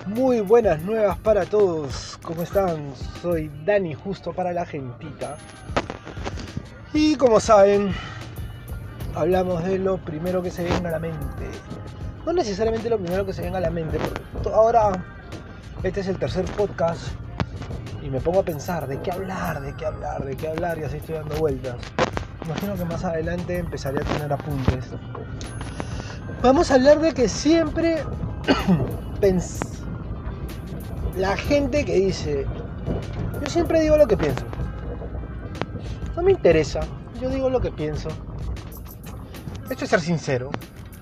Muy buenas nuevas para todos, ¿cómo están? Soy Dani, justo para la gentita. Y como saben, hablamos de lo primero que se venga a la mente. No necesariamente lo primero que se venga a la mente, porque ahora este es el tercer podcast y me pongo a pensar de qué hablar, y así estoy dando vueltas. Imagino que más adelante empezaré a tener apuntes. Vamos a hablar de que siempre la gente que dice, yo siempre digo lo que pienso. No me interesa, yo digo lo que pienso. Esto es ser sincero.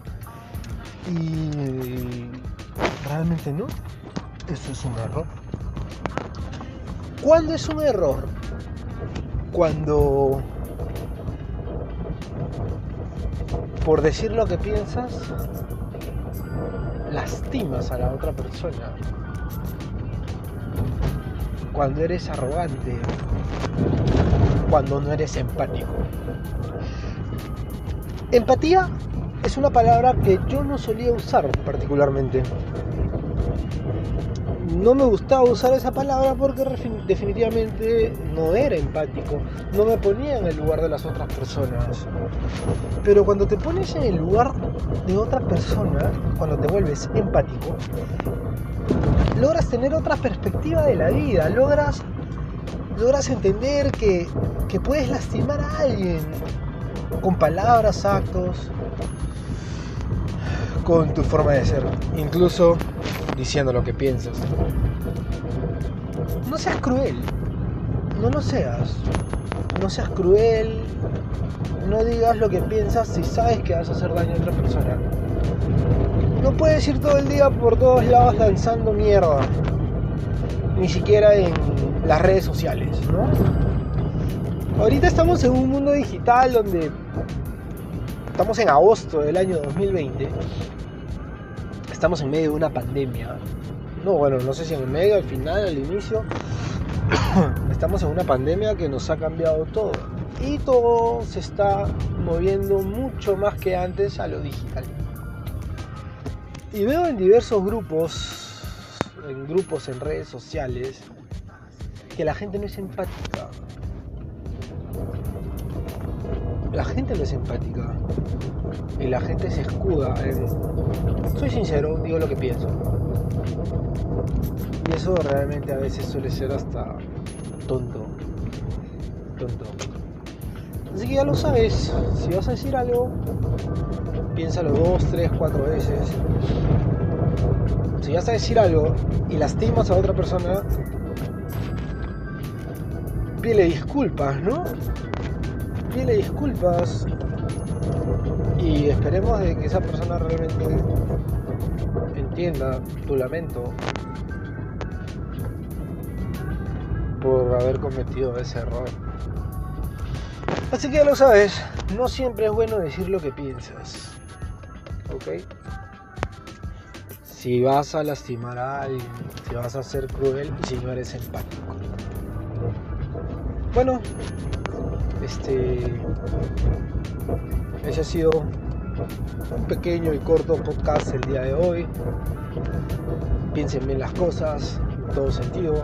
Y realmente no. Eso es un error. ¿Cuándo es un error? Cuando por decir lo que piensas lastimas a la otra persona. Cuando eres arrogante, cuando no eres empático. Empatía es una palabra que yo no solía usar particularmente. No me gustaba usar esa palabra porque definitivamente no era empático, no me ponía en el lugar de las otras personas. Pero cuando te pones en el lugar de otra persona, cuando te vuelves empático, logras tener otra perspectiva de la vida, logras entender que puedes lastimar a alguien con palabras, actos, con tu forma de ser, incluso diciendo lo que piensas. No seas cruel, no lo seas. No seas cruel, no digas lo que piensas si sabes que vas a hacer daño a otra persona. No puedes ir todo el día por todos lados lanzando mierda, ni siquiera en las redes sociales, ¿no? Ahorita estamos en un mundo digital donde estamos en agosto del año 2020. Estamos en medio de una pandemia. No sé si en el medio, al final, al inicio. Estamos en una pandemia que nos ha cambiado todo. Y todo se está moviendo mucho más que antes a lo digital. Y veo en diversos grupos en redes sociales, que la gente no es empática. La gente no es empática. Y la gente se escuda en, soy sincero, digo lo que pienso. Y eso realmente a veces suele ser hasta tonto. Así que ya lo sabes, si vas a decir algo, piénsalo 2, 3, 4 veces. Si vas a decir algo y lastimas a otra persona, pídele disculpas, ¿no? Pídele disculpas y esperemos de que esa persona realmente entienda tu lamento por haber cometido ese error. Así que ya lo sabes, no siempre es bueno decir lo que piensas, ¿ok? Si vas a lastimar a alguien, si vas a ser cruel y si no eres empático. Bueno, ese ha sido un pequeño y corto podcast el día de hoy. Piensen bien las cosas, en todo sentido.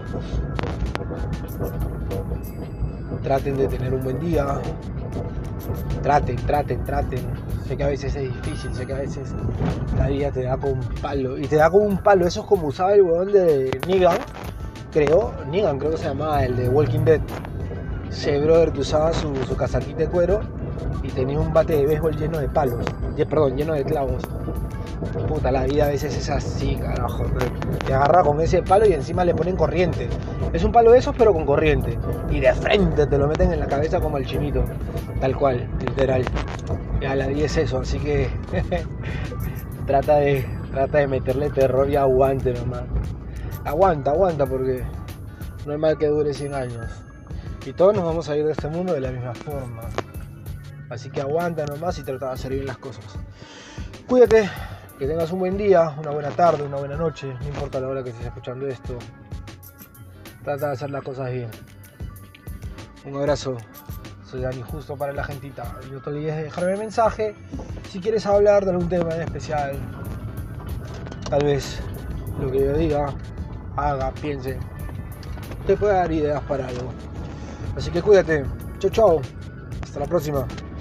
Traten de tener un buen día. Traten. Sé que a veces es difícil, sé que a veces la vida te da con un palo. Y te da con un palo. Eso es como usaba el huevón de Negan, creo que se llamaba, el de Walking Dead. Ese brother que usaba su casaquita de cuero y tenía un bate de béisbol lleno de palos, lleno de clavos. Puta, la vida a veces es así, carajo. Te agarra con ese palo y encima le ponen corriente. Es un palo de esos pero con corriente. Y de frente te lo meten en la cabeza como al chinito. Tal cual, literal. Ya la vida es eso, así que trata de meterle terror y aguante nomás. Aguanta porque no es mal que dure 100 años. Y todos nos vamos a ir de este mundo de la misma forma. Así que aguanta nomás y trata de hacer bien las cosas. Cuídate, que tengas un buen día, una buena tarde, una buena noche. No importa la hora que estés escuchando esto. Trata de hacer las cosas bien. Un abrazo. Soy Dani, justo para la gentita. No te olvides de dejarme el mensaje si quieres hablar de algún tema en especial. Tal vez lo que yo diga, haga, piense, te puede dar ideas para algo. Así que cuídate. Chau, chau. Hasta la próxima.